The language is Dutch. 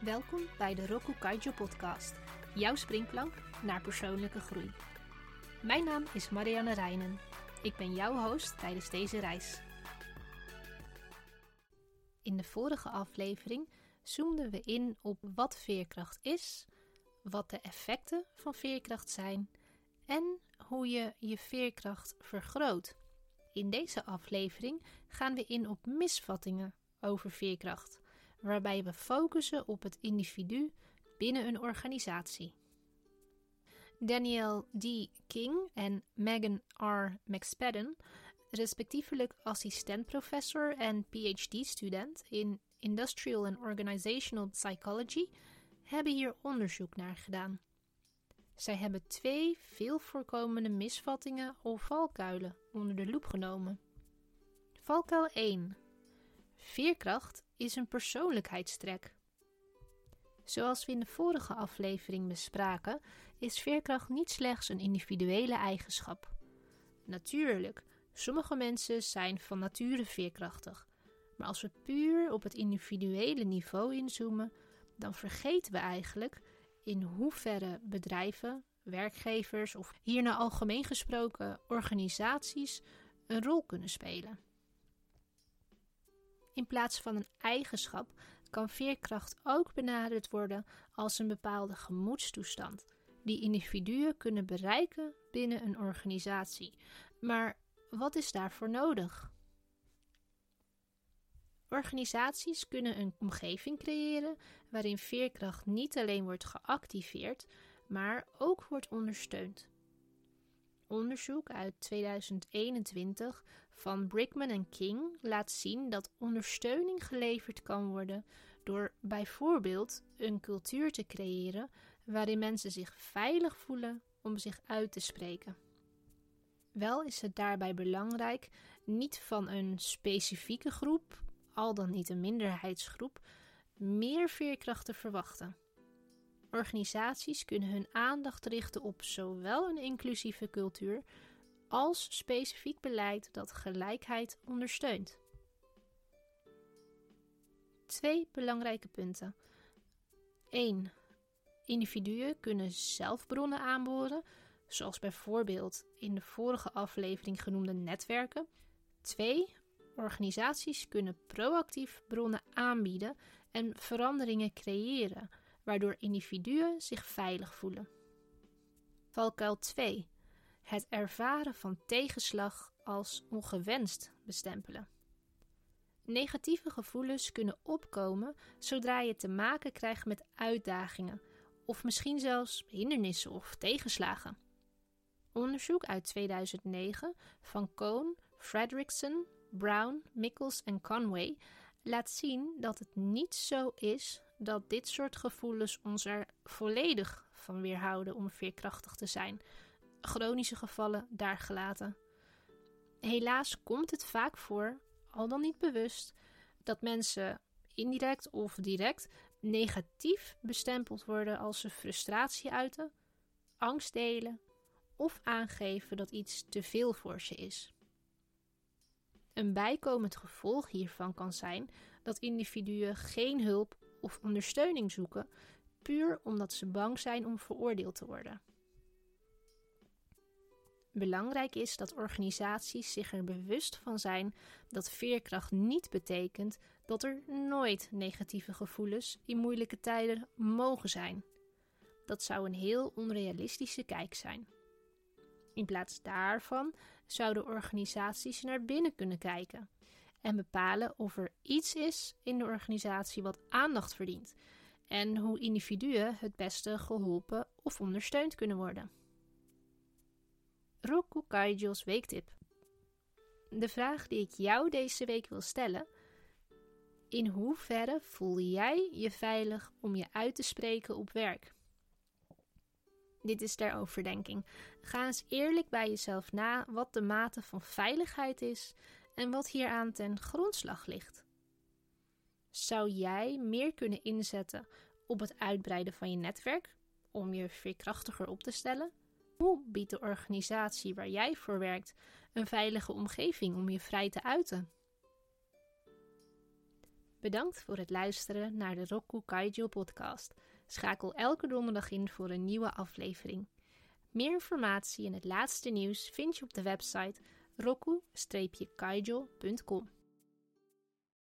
Welkom bij de Roku Kaijo podcast, jouw springplank naar persoonlijke groei. Mijn naam is Marianne Reijnen. Ik ben jouw host tijdens deze reis. In de vorige aflevering zoomden we in op wat veerkracht is, wat de effecten van veerkracht zijn en hoe je je veerkracht vergroot. In deze aflevering gaan we in op misvattingen over veerkracht, waarbij we focussen op het individu binnen een organisatie. Danielle D. King en Megan R. McSpadden, respectievelijk assistent-professor en PhD-student in Industrial and Organizational Psychology, hebben hier onderzoek naar gedaan. Zij hebben 2 veel voorkomende misvattingen of valkuilen onder de loep genomen. Valkuil 1. Veerkracht is een persoonlijkheidstrek. Zoals we in de vorige aflevering bespraken, is veerkracht niet slechts een individuele eigenschap. Natuurlijk, sommige mensen zijn van nature veerkrachtig, maar als we puur op het individuele niveau inzoomen, dan vergeten we eigenlijk in hoeverre bedrijven, werkgevers of hierna algemeen gesproken organisaties een rol kunnen spelen. In plaats van een eigenschap kan veerkracht ook benaderd worden als een bepaalde gemoedstoestand die individuen kunnen bereiken binnen een organisatie. Maar wat is daarvoor nodig? Organisaties kunnen een omgeving creëren waarin veerkracht niet alleen wordt geactiveerd, maar ook wordt ondersteund. Onderzoek uit 2021 van Brickman en King laat zien dat ondersteuning geleverd kan worden door bijvoorbeeld een cultuur te creëren waarin mensen zich veilig voelen om zich uit te spreken. Wel is het daarbij belangrijk niet van een specifieke groep, al dan niet een minderheidsgroep, meer veerkracht te verwachten. Organisaties kunnen hun aandacht richten op zowel een inclusieve cultuur als specifiek beleid dat gelijkheid ondersteunt. 2 belangrijke punten. 1. Individuen kunnen zelf bronnen aanboren, zoals bijvoorbeeld in de vorige aflevering genoemde netwerken. 2. Organisaties kunnen proactief bronnen aanbieden en veranderingen creëren, waardoor individuen zich veilig voelen. Valkuil 2. Het ervaren van tegenslag als ongewenst bestempelen. Negatieve gevoelens kunnen opkomen zodra je te maken krijgt met uitdagingen of misschien zelfs hindernissen of tegenslagen. Onderzoek uit 2009 van Cohn, Fredrickson, Brown, Mikkels en Conway laat zien dat het niet zo is dat dit soort gevoelens ons er volledig van weerhouden om veerkrachtig te zijn. Chronische gevallen daar gelaten. Helaas komt het vaak voor, al dan niet bewust, dat mensen indirect of direct negatief bestempeld worden als ze frustratie uiten, angst delen of aangeven dat iets te veel voor ze is. Een bijkomend gevolg hiervan kan zijn dat individuen geen hulp of ondersteuning zoeken, puur omdat ze bang zijn om veroordeeld te worden. Belangrijk is dat organisaties zich er bewust van zijn dat veerkracht niet betekent dat er nooit negatieve gevoelens in moeilijke tijden mogen zijn. Dat zou een heel onrealistische kijk zijn. In plaats daarvan zouden organisaties naar binnen kunnen kijken en bepalen of er iets is in de organisatie wat aandacht verdient en hoe individuen het beste geholpen of ondersteund kunnen worden. Roku Kaijo's weektip. De vraag die ik jou deze week wil stellen: in hoeverre voel jij je veilig om je uit te spreken op werk? Dit is ter overdenking. Ga eens eerlijk bij jezelf na wat de mate van veiligheid is en wat hieraan ten grondslag ligt. Zou jij meer kunnen inzetten op het uitbreiden van je netwerk om je veerkrachtiger op te stellen? Hoe biedt de organisatie waar jij voor werkt een veilige omgeving om je vrij te uiten? Bedankt voor het luisteren naar de Roku Kaijo podcast. Schakel elke donderdag in voor een nieuwe aflevering. Meer informatie en het laatste nieuws vind je op de website roku-kaijo.com.